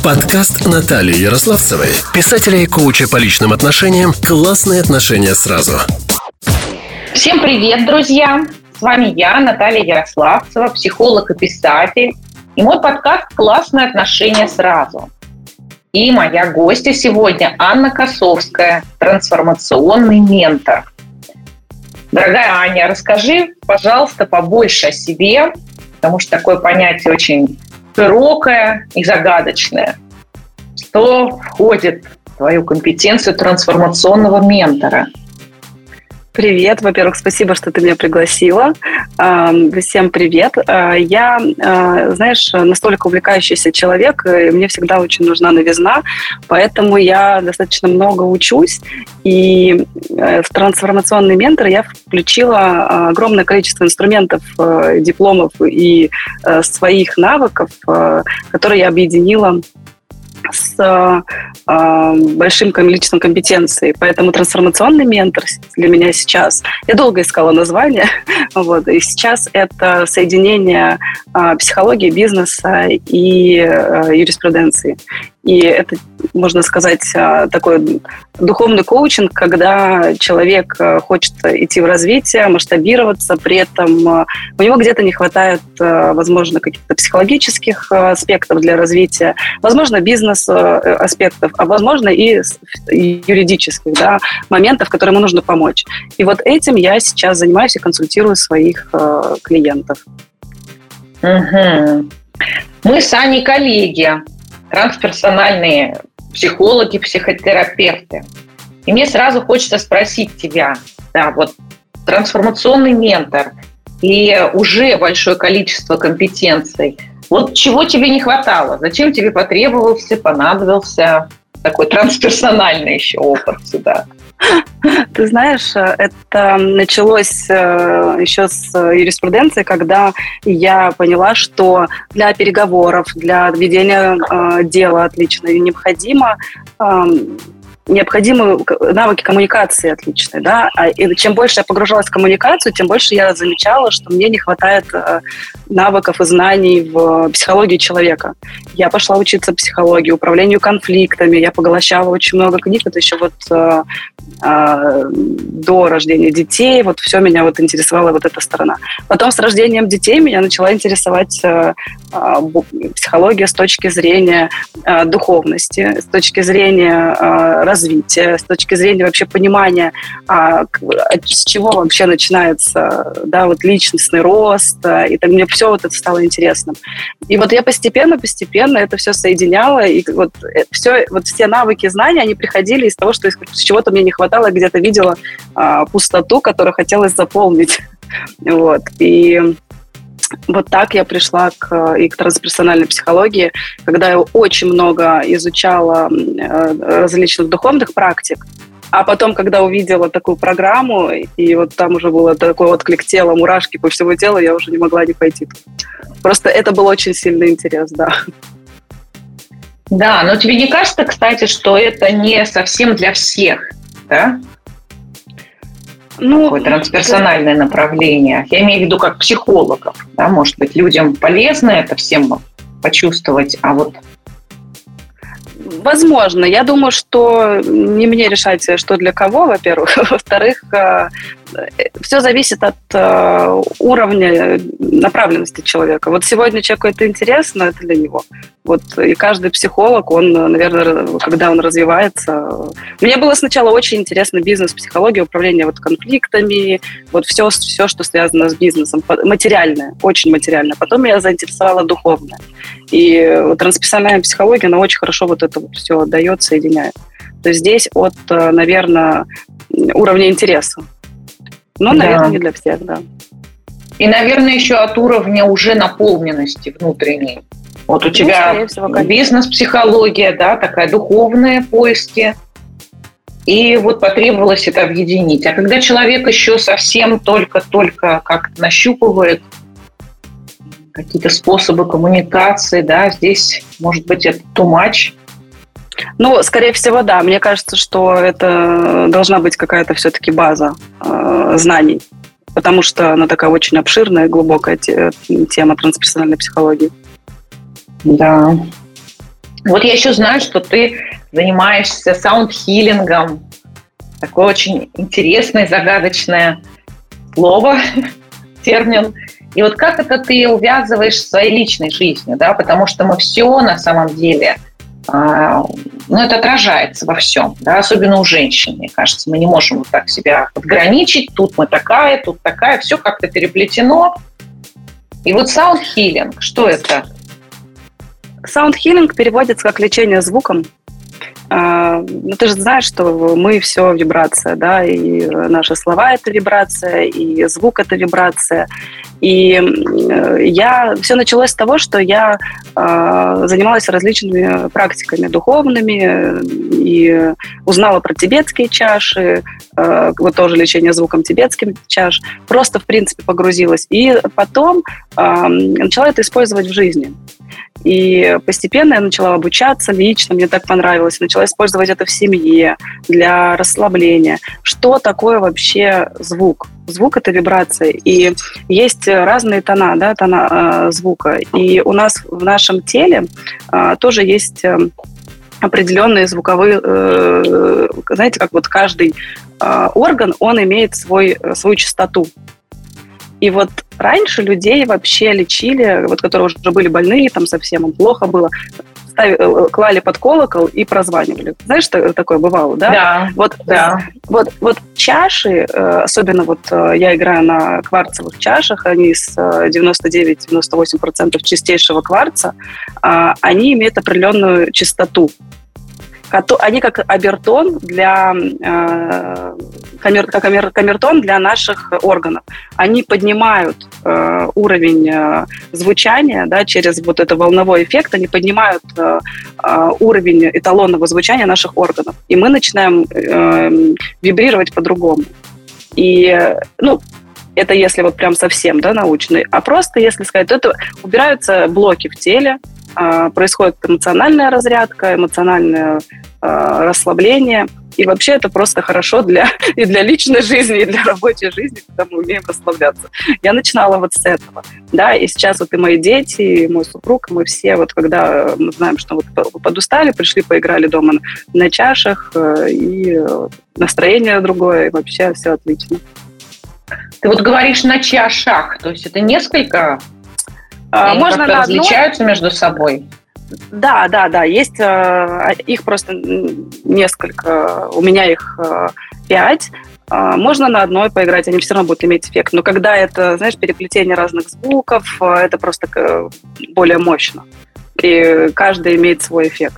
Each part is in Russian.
Подкаст Натальи Ярославцевой, писателя и коуча по личным отношениям «Классные отношения сразу». Всем привет, друзья! С вами я, Наталья Ярославцева, психолог и писатель. И мой подкаст «Классные отношения сразу». И моя гостья сегодня Анна Косовская, трансформационный ментор. Дорогая Аня, расскажи, пожалуйста, побольше о себе, потому что такое понятие очень широкое и загадочное. Что входит в твою компетенцию трансформационного ментора? Привет. Во-первых, спасибо, что ты меня пригласила. Всем привет. Я, знаешь, настолько увлекающийся человек, и мне всегда очень нужна новизна, поэтому я достаточно много учусь, и в трансформационный ментор я включила огромное количество инструментов, дипломов и своих навыков, которые я объединила с большим количеством компетенций. Поэтому трансформационный ментор для меня сейчас... Я долго искала название, и сейчас это соединение психологии, бизнеса и юриспруденции. И это, можно сказать, такой духовный коучинг, когда человек хочет идти в развитие, масштабироваться, при этом у него где-то не хватает, возможно, каких-то психологических аспектов для развития, возможно, бизнес-аспектов, а возможно и юридических моментов, которые ему нужно помочь. И вот этим я сейчас занимаюсь и консультирую своих клиентов. Угу. Мы с Аней коллеги, трансперсональные психологи, психотерапевты. И мне сразу хочется спросить тебя, трансформационный ментор и уже большое количество компетенций. Вот чего тебе не хватало? Зачем тебе понадобился такой трансперсональный еще опыт сюда? Ты знаешь, это началось еще с юриспруденции, когда я поняла, что для переговоров, для ведения дела отлично необходимы навыки коммуникации отличные, И чем больше я погружалась в коммуникацию, тем больше я замечала, что мне не хватает навыков и знаний в психологии человека. Я пошла учиться психологии, управлению конфликтами, я поглощала очень много книг, это еще до рождения детей, все меня интересовала эта сторона. Потом с рождением детей меня начала интересовать психология с точки зрения духовности, с точки зрения развития, с точки зрения вообще понимания, с чего вообще начинается личностный рост, и так мне все это стало интересным. И я постепенно это все соединяла, и все навыки, знания, они приходили из того, что с чего-то мне не хватало, где-то видела пустоту, которую хотелось заполнить. И так я пришла к трансперсональной психологии, когда я очень много изучала различных духовных практик, а потом, когда увидела такую программу, и там уже был такой отклик тела, мурашки по всему телу, я уже не могла не пойти. Просто это был очень сильный интерес, Да, но тебе не кажется, кстати, что это не совсем для всех, да? Такое трансперсональное направление. Я имею в виду как психологов. Может быть, людям полезно это всем почувствовать, Возможно. Я думаю, что не мне решать, что для кого, во-первых. Во-вторых, все зависит от уровня направленности человека. Сегодня человеку это интересно, это для него. И каждый психолог, он, наверное, когда он развивается... Мне было сначала очень интересно бизнес, психология, управление конфликтами, все, что связано с бизнесом. Материальное, очень материальное. Потом меня заинтересовало духовное. И трансперсональная психология, она очень хорошо это все отдает, соединяет. То есть здесь от, наверное, уровня интереса. Но, наверное, не для всех, И, наверное, еще от уровня уже наполненности внутренней. У тебя бизнес-психология, такая духовная, поиски. И потребовалось это объединить. А когда человек еще совсем только как-то нащупывает какие-то способы коммуникации, здесь, может быть, это too much. Скорее всего, да. Мне кажется, что это должна быть какая-то все-таки база знаний. потому что она такая очень обширная, глубокая тема трансперсональной психологии. Да. Вот я еще знаю, что ты занимаешься саунд-хилингом. Такое очень интересное, загадочное слово, термин. И вот как это ты увязываешь в своей личной жизнью, да? Потому что мы все на самом деле, это отражается во всем, да? Особенно у женщин, мне кажется. Мы не можем вот так себя отграничить. Тут мы такая, тут такая. Все как-то переплетено. И вот саунд-хилинг, что это? Саунд-хилинг переводится как лечение звуком. Ты же знаешь, что мы все вибрация, да, и наши слова – это вибрация, и звук – это вибрация. И все началось с того, что я занималась различными практиками духовными и узнала про тибетские чаши, вот тоже лечение звуком тибетским чаш, просто, в принципе, погрузилась. И потом начала это использовать в жизни. И постепенно я начала обучаться лично, мне так понравилось. Начала использовать это в семье, для расслабления. Что такое вообще звук? Звук – это вибрация. И есть разные тона, да, тона звука. И у нас в нашем теле тоже есть определенные звуковые, знаете, как вот каждый орган, он имеет свою частоту. И вот раньше людей вообще лечили, вот которые уже были больные, там совсем им плохо было, клали под колокол и прозванивали. Знаешь, такое бывало, да? Да. Вот чаши, особенно вот я играю на кварцевых чашах, они с 99-98% чистейшего кварца, они имеют определенную частоту. Они как камертон для наших органов. Они поднимают уровень звучания, да, через вот это волновой эффект, они поднимают уровень эталонного звучания наших органов. И мы начинаем вибрировать по-другому. И, это если вот прям совсем, да, научный. А просто, если сказать, то это убираются блоки в теле, происходит эмоциональная разрядка, эмоциональное расслабление. И вообще это просто хорошо и для личной жизни, и для рабочей жизни, когда мы умеем расслабляться. Я начинала вот с этого. Да, и сейчас вот и мои дети, и мой супруг, и мы все, вот когда мы знаем, что вот подустали, пришли, поиграли дома на чашах, и настроение другое, и вообще все отлично. Ты вот говоришь на чашах, то есть это несколько... Можно как-то различаются между собой? Да, есть их просто несколько, у меня их 5. Можно на одной поиграть, они все равно будут иметь эффект. Но когда это, знаешь, переплетение разных звуков, это просто более мощно. И каждый имеет свой эффект.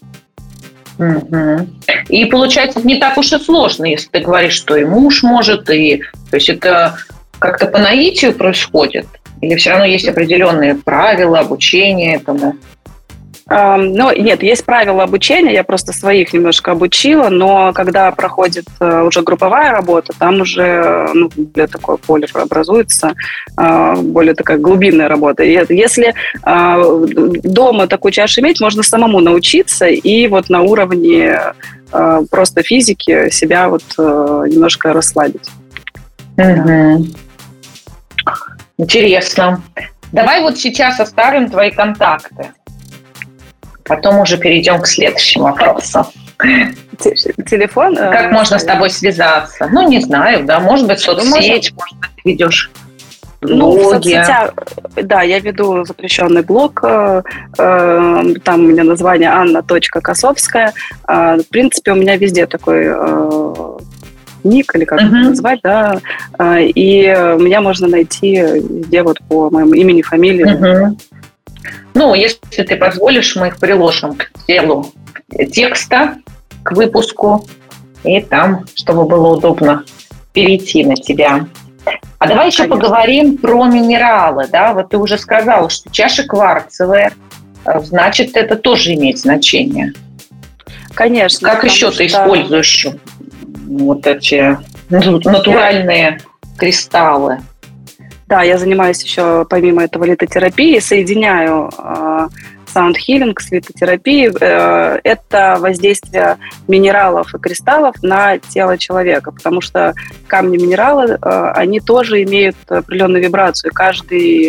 Угу. И получается, не так уж и сложно, если ты говоришь, что и муж может, то есть это как-то по наитию происходит? Или все равно есть определенные правила обучения этому? Нет, есть правила обучения, я просто своих немножко обучила, но когда проходит уже групповая работа, там уже более такое поле образуется, более такая глубинная работа. И если дома такую чашу иметь, можно самому научиться и вот на уровне просто физики себя вот немножко расслабить. Угу. Интересно. Давай вот сейчас оставим твои контакты. Потом уже перейдем к следующему вопросу. Телефон? Как можно с тобой связаться? Не знаю, да, может быть, соцсеть, может быть, ты ведешь блоги. В соцсетях, да, я веду запрещенный блог, там у меня название Анна.Косовская. В принципе, у меня везде такой ник, или как это назвать, да, и меня можно найти везде вот по моему имени, фамилии. Если ты позволишь, мы их приложим к телу текста, к выпуску, и там, чтобы было удобно перейти на тебя. А давай еще поговорим про минералы, да, вот ты уже сказала, что чаши кварцевые, значит, это тоже имеет значение. Конечно. Как еще ты используешь вот эти натуральные кристаллы? Да, я занимаюсь еще помимо этого литотерапией, соединяю саунд-хилинг с литотерапией. Это воздействие минералов и кристаллов на тело человека, потому что камни-минералы, они тоже имеют определенную вибрацию. Каждый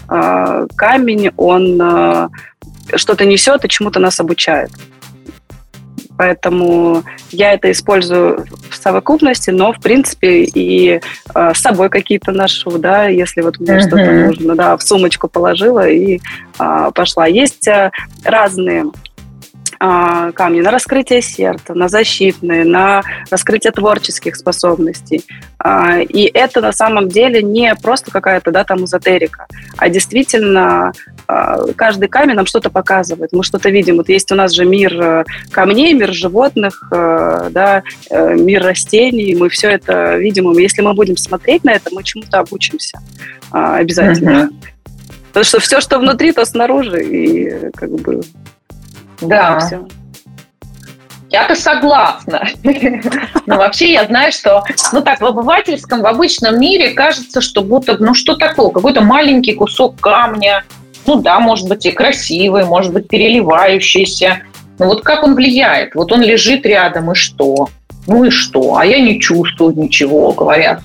камень, он что-то несет и чему-то нас обучает. Поэтому я это использую в совокупности, но, в принципе, и с собой какие-то ношу, да, если вот мне что-то нужно, да, в сумочку положила и пошла. Есть разные камни на раскрытие сердца, на защитные, на раскрытие творческих способностей. И это на самом деле не просто какая-то, да, там эзотерика, а действительно каждый камень нам что-то показывает, мы что-то видим. Вот есть у нас же мир камней, мир животных, да, мир растений, мы все это видим. И если мы будем смотреть на это, мы чему-то обучимся обязательно. Потому что все, что внутри, то снаружи, и как бы... Да, я-то согласна. Но вообще я знаю, что так в обывательском, в обычном мире кажется, что будто, что такое, какой-то маленький кусок камня, может быть и красивый, может быть переливающийся. Но вот как он влияет? Вот он лежит рядом, и что? И что? А я не чувствую ничего, говорят.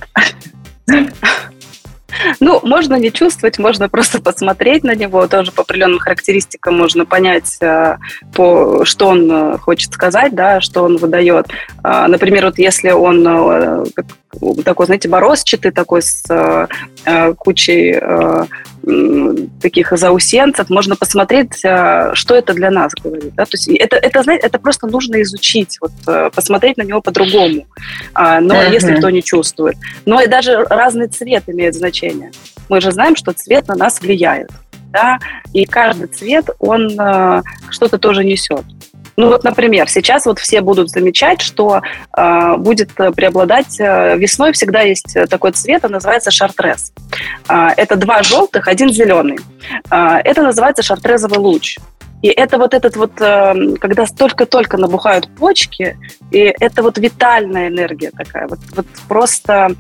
Можно не чувствовать, можно просто посмотреть на него, тоже по определенным характеристикам можно понять, что он хочет сказать, да, что он выдает. Например, вот если он такой, знаете, бороздчатый, такой с кучей таких заусенцев, можно посмотреть, что это для нас говорит. Да? То есть знаете, это просто нужно изучить, посмотреть на него по-другому, но если кто не чувствует. Но и даже разный цвет имеет значение. Мы же знаем, что цвет на нас влияет. Да? И каждый цвет, он что-то тоже несет. Например, сейчас все будут замечать, что будет преобладать весной всегда есть такой цвет, он называется шартрез. Это 2 желтых, 1 зеленый. Это называется шартрезовый луч. И это когда только-только набухают почки, и это витальная энергия такая, просто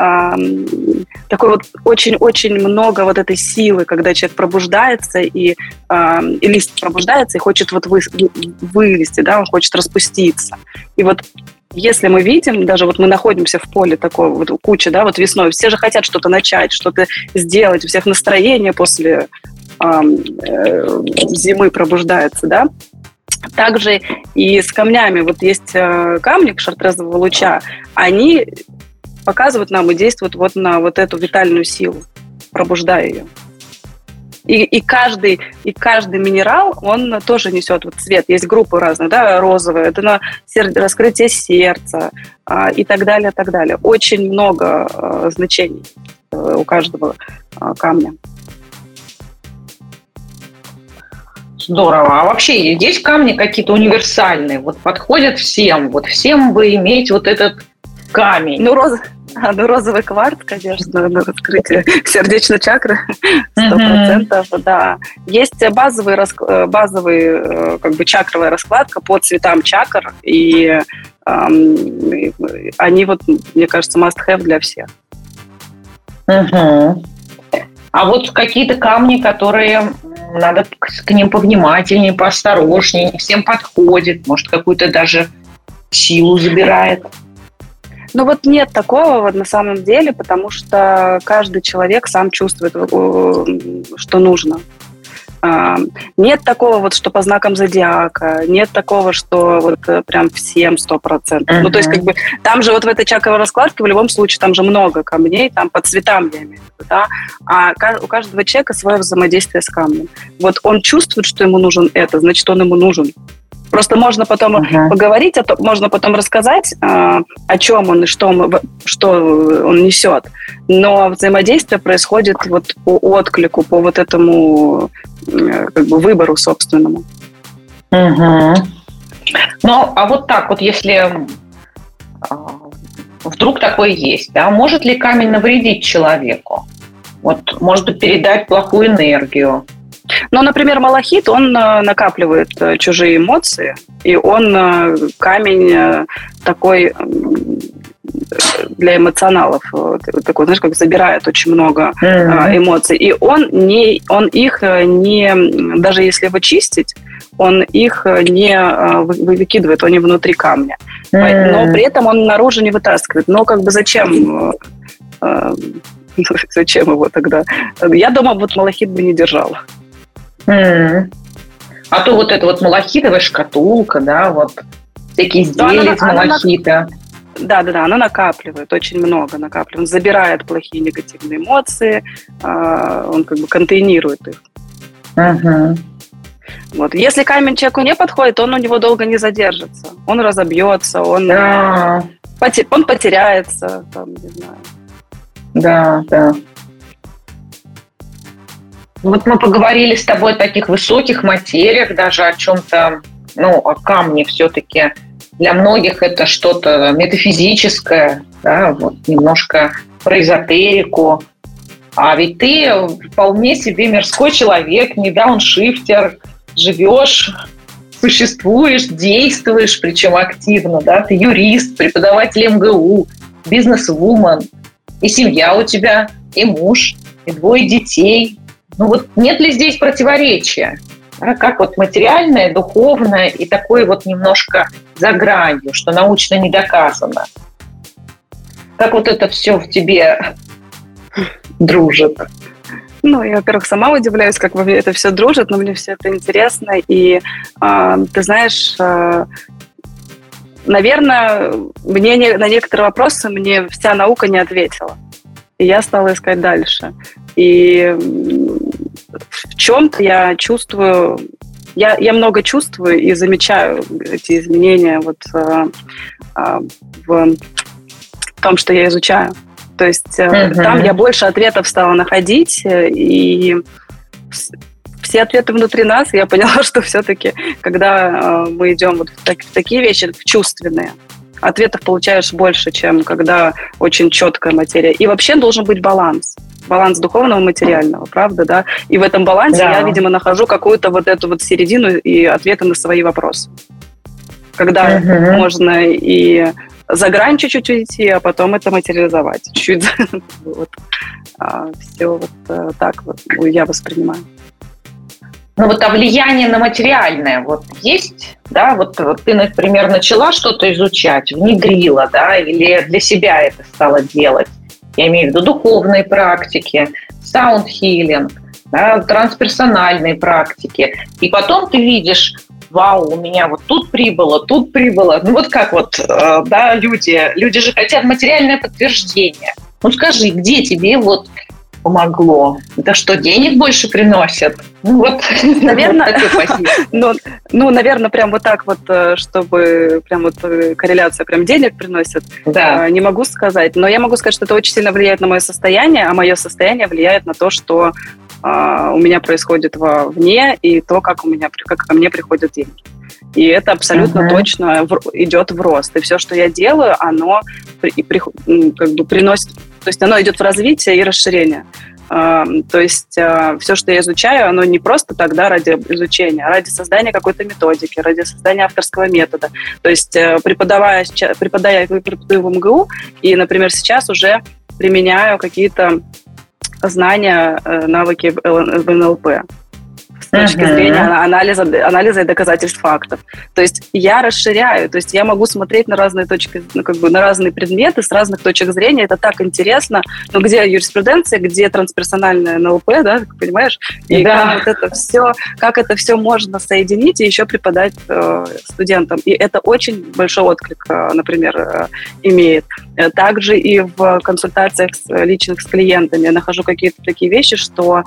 такой очень-очень много этой силы, когда человек пробуждается, и лист пробуждается, и хочет вылезти, да, он хочет распуститься. И если мы видим, даже мы находимся в поле такой кучи, да, весной, все же хотят что-то начать, что-то сделать, у всех настроение после зимы пробуждается, да. Также и с камнями. Есть камни шартрезового луча, они показывают нам и действуют на эту витальную силу, пробуждая ее. И каждый минерал, он тоже несет цвет. Есть группы разные, да, розовые, это на раскрытие сердца и так далее, так далее. Очень много значений у каждого камня. Здорово. А вообще есть камни какие-то универсальные? Подходят всем? Всем бы иметь этот камень? Розовый кварц, конечно, на раскрытие сердечной чакры 100%, да. Есть базовый чакровая раскладка по цветам чакр, и они, мне кажется, must-have для всех. Угу. А какие-то камни, которые надо к ним повнимательнее, поосторожнее, не всем подходит, может, какую-то даже силу забирает. Нет такого на самом деле, потому что каждый человек сам чувствует, что нужно. Нет такого, что по знакам зодиака, нет такого, что прям всем 100%. То есть, там же в этой чакровой раскладке в любом случае там же много камней, там по цветам я имею в виду, да? А у каждого человека свое взаимодействие с камнем. Он чувствует, что ему нужен это, значит, он ему нужен. Просто можно потом поговорить, можно потом рассказать, о чем он и что он несет. Но взаимодействие происходит по отклику, по этому выбору собственному. Угу. Если вдруг такое есть, да, может ли камень навредить человеку? Может быть, передать плохую энергию? Например, малахит, он накапливает чужие эмоции, и он камень такой для эмоционалов, такой, знаешь, забирает очень много эмоций, и он их не, даже если его чистить, он их не выкидывает, они внутри камня. Но при этом он наружу не вытаскивает. Но зачем Зачем его тогда? Я дома вот малахит бы не держала. А то вот эта вот малахитовая шкатулка, да, вот всякие изделия из малахита. Да, она накапливает, очень много накапливает. Он забирает плохие негативные эмоции, он как бы контейнирует их. Вот. Если камень человеку не подходит, он у него долго не задержится. Он разобьется, он потеряется, там, не знаю. Да. Вот мы поговорили с тобой о таких высоких материях, даже о чем-то, о камне все-таки. Для многих это что-то метафизическое, да, вот немножко про эзотерику. А ведь ты вполне себе мирской человек, не дауншифтер, живешь, существуешь, действуешь, причем активно, да, ты юрист, преподаватель МГУ, бизнес-вумен, и семья у тебя, и муж, и 2 детей. Вот нет ли здесь противоречия? Да, как вот материальное, духовное и такое вот немножко за гранью, что научно не доказано. Как вот это все в тебе дружит? Я, во-первых, сама удивляюсь, как во мне это все дружит, но мне все это интересно. И ты знаешь, наверное, мне на некоторые вопросы мне вся наука не ответила. И я стала искать дальше. И в чем-то я чувствую, я много чувствую и замечаю эти изменения вот в том, что я изучаю. То есть там я больше ответов стала находить, и все ответы внутри нас, я поняла, что все-таки, когда мы идем вот в такие вещи, в чувственные, ответов получаешь больше, чем когда очень четкая материя. И вообще должен быть баланс духовного и материального, правда, да? И в этом балансе я, видимо, нахожу какую-то вот эту вот середину и ответы на свои вопросы. Когда можно и за грань чуть-чуть уйти, а потом это материализовать. Чуть-чуть. Все вот так вот я воспринимаю. А влияние на материальное вот есть, да? Вот ты, например, начала что-то изучать, внедрила, да, или для себя это стала делать. Я имею в виду духовные практики, саунд-хилинг, да, трансперсональные практики. И потом ты видишь, вау, у меня вот тут прибыло. Вот как вот, да, люди же хотят материальное подтверждение. Скажи, где тебе вот помогло? Это что, денег больше приносят? Наверное, наверное, прям вот так вот, чтобы прям вот корреляция прям денег приносит, не могу сказать. Но я могу сказать, что это очень сильно влияет на мое состояние, а мое состояние влияет на то, что у меня происходит вовне, и то, как ко мне приходят деньги. И это абсолютно точно идет в рост. И все, что я делаю, оно как бы приносит... То есть оно идет в развитие и расширение. То есть все, что я изучаю, оно не просто тогда ради изучения, а ради создания какой-то методики, ради создания авторского метода. То есть преподаю в МГУ, и, например, сейчас уже применяю какие-то знания, навыки в НЛП с точки зрения анализа и доказательств фактов. То есть я расширяю, то есть я могу смотреть на разные точки, на разные предметы с разных точек зрения. Это так интересно. Но где юриспруденция, где трансперсональная НЛП, да, понимаешь? И как это все можно соединить и еще преподать студентам. И это очень большой отклик, например, имеет. Также и в консультациях личных с клиентами я нахожу какие-то такие вещи, что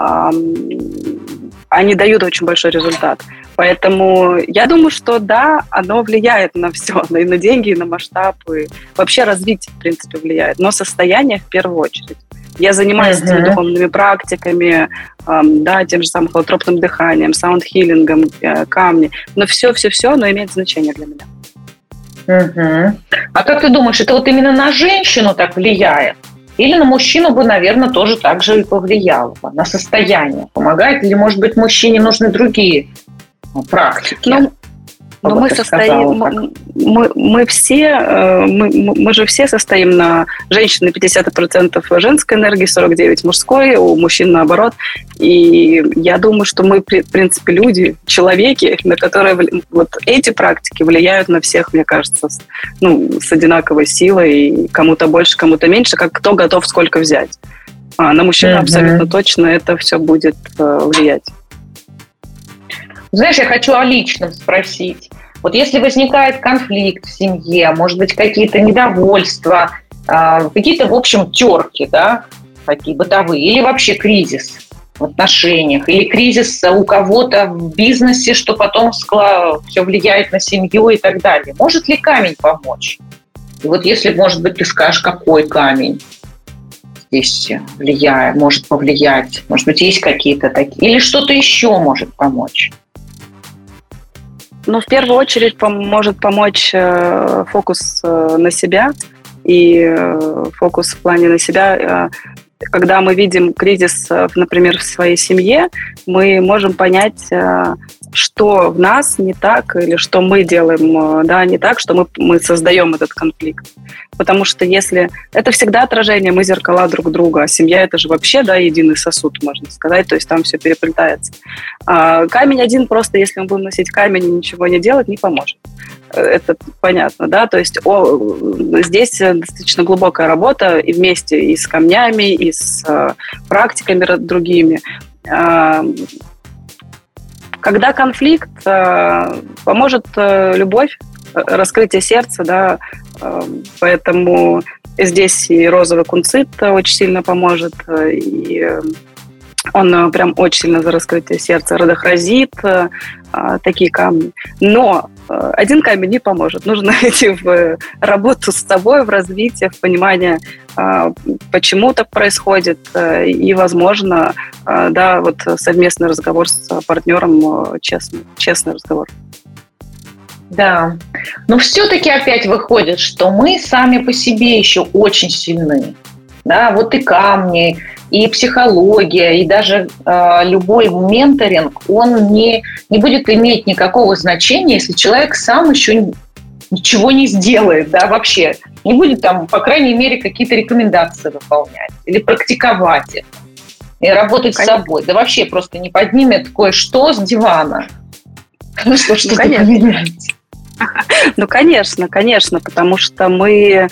они дают очень большой результат. Поэтому я думаю, что да, оно влияет на все, и на деньги, и на масштаб, и вообще развитие, в принципе, влияет. Но состояние в первую очередь. Я занимаюсь этими духовными практиками, тем же самым холотропным дыханием, саунд-хилингом, камни. Но все, оно имеет значение для меня. А как ты думаешь, это вот именно на женщину так влияет? Или на мужчину бы, наверное, тоже так же и повлияло бы, на состояние. Помогает? Или, может быть, мужчине нужны другие практики? Мы же все состоим на женщины 50% женской энергии, 49% мужской, у мужчин наоборот. И я думаю, что мы, в принципе, люди, человеки, на которые вот эти практики влияют на всех, мне кажется, с одинаковой силой, и кому-то больше, кому-то меньше, как кто готов сколько взять. На мужчину абсолютно точно это все будет влиять. Знаешь, я хочу о личном спросить. Вот если возникает конфликт в семье, может быть, какие-то недовольства, какие-то, в общем, терки, да, такие бытовые, или вообще кризис в отношениях, или кризис у кого-то в бизнесе, что потом все влияет на семью и так далее. Может ли камень помочь? И вот если, может быть, ты скажешь, какой камень здесь может повлиять, может быть, есть какие-то такие, или что-то еще может помочь? Ну, в первую очередь может помочь фокус на себя, и фокус в плане на себя. Когда мы видим кризис, например, в своей семье, мы можем понять, что в нас не так, или что мы делаем не так, что мы создаем этот конфликт. Потому что если... Это всегда отражение, мы зеркала друг друга, а семья — это же вообще, единый сосуд, можно сказать, то есть там все переплетается. Камень один просто, если мы будем носить камень и ничего не делать, не поможет. Это понятно, да? То есть здесь достаточно глубокая работа и вместе и с камнями, и с практиками другими. Когда конфликт, поможет любовь, раскрытие сердца, да, поэтому здесь и розовый кунцит очень сильно поможет, и он прям очень сильно за раскрытие сердца, родохразит, такие камни. Но один камень не поможет. Нужно идти в работу с собой, в развитие, в понимание, почему так происходит, и, возможно, совместный разговор с партнером, честный разговор. Да, но все-таки опять выходит, что мы сами по себе еще очень сильны. Да, вот и камни, и психология, и даже любой менторинг, он не будет иметь никакого значения, если человек сам еще ничего не сделает, да, вообще. Не будет там, по крайней мере, какие-то рекомендации выполнять или практиковать это, и работать с собой. Да вообще просто не поднимет кое-что с дивана, что-то поменять. Ну, конечно, потому что мы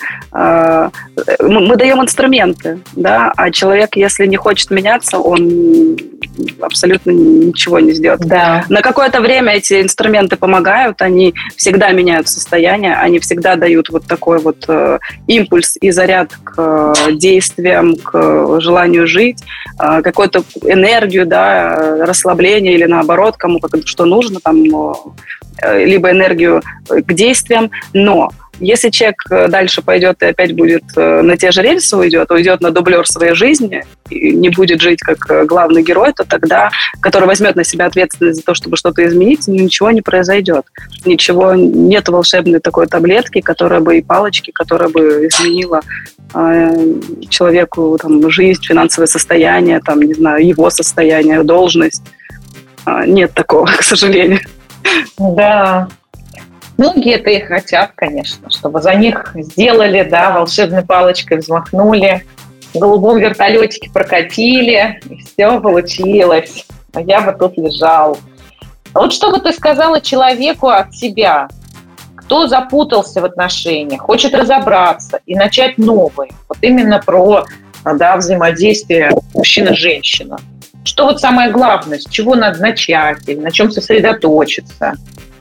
даем инструменты, да, а человек, если не хочет меняться, он абсолютно ничего не сделает. Да. На какое-то время эти инструменты помогают, они всегда меняют состояние, они всегда дают вот такой вот импульс и заряд к действиям, к желанию жить, какую-то энергию, да, расслабление или наоборот, кому что нужно, там, либо энергию к действиям, но если человек дальше пойдет и опять будет на те же рельсы уйдет на дублер своей жизни и не будет жить как главный герой, то тогда, который возьмет на себя ответственность за то, чтобы что-то изменить, ничего не произойдет. Ничего, нет волшебной такой таблетки, которая бы и палочки, которая бы изменила человеку там, жизнь, финансовое состояние, там, не знаю, его состояние, должность. Нет такого, к сожалению. Да. Многие это и хотят, конечно, чтобы за них сделали, да, волшебной палочкой взмахнули, в голубом вертолетике прокатили, и все получилось. А я бы тут лежал. А вот что бы ты сказала человеку от себя, кто запутался в отношениях, хочет разобраться и начать новые, вот именно про взаимодействие мужчина-женщина? Что вот самое главное, с чего надо начать, или на чем сосредоточиться?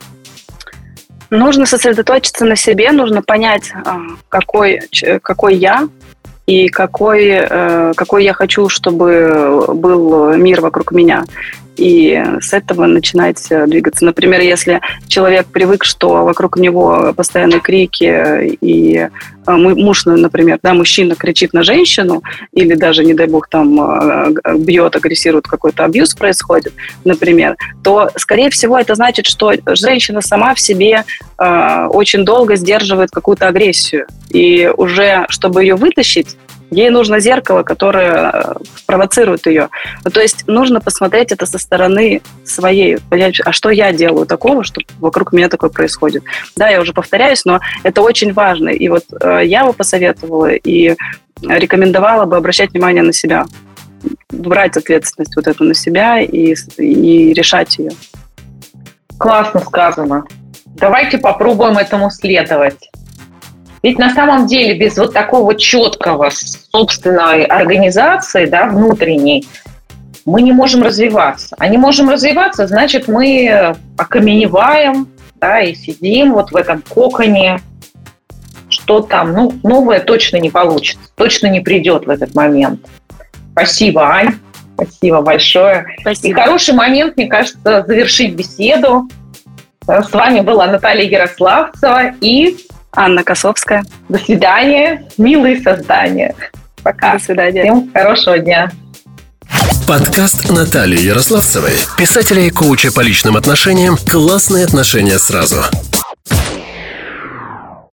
Нужно сосредоточиться на себе, нужно понять, какой я и какой я хочу, чтобы был мир вокруг меня. И с этого начинать двигаться. Например, если человек привык, что вокруг него постоянные крики, и муж, например, мужчина кричит на женщину, или даже, не дай бог, там бьет, агрессирует, какой-то абьюз происходит, например, то, скорее всего, это значит, что женщина сама в себе очень долго сдерживает какую-то агрессию. И уже, чтобы ее вытащить, ей нужно зеркало, которое провоцирует ее. То есть нужно посмотреть это со стороны своей, понять, а что я делаю такого, что вокруг меня такое происходит. Да, я уже повторяюсь, но это очень важно. И вот я бы посоветовала и рекомендовала бы обращать внимание на себя, брать ответственность вот эту на себя и решать ее. Классно сказано. Давайте попробуем этому следовать. Ведь на самом деле без вот такого четкого собственной организации, да, внутренней, мы не можем развиваться. А не можем развиваться, значит, мы окаменеваем, да, и сидим вот в этом коконе, что там, новое точно не получится, точно не придет в этот момент. Спасибо, Ань, спасибо большое. Спасибо. И хороший момент, мне кажется, завершить беседу. С вами была Наталья Ярославцева и Анна Косовская. До свидания, милые создания. Пока. До свидания. Всем хорошего дня. Подкаст Натальи Ярославцевой, писателя и коуча по личным отношениям «Классные отношения сразу».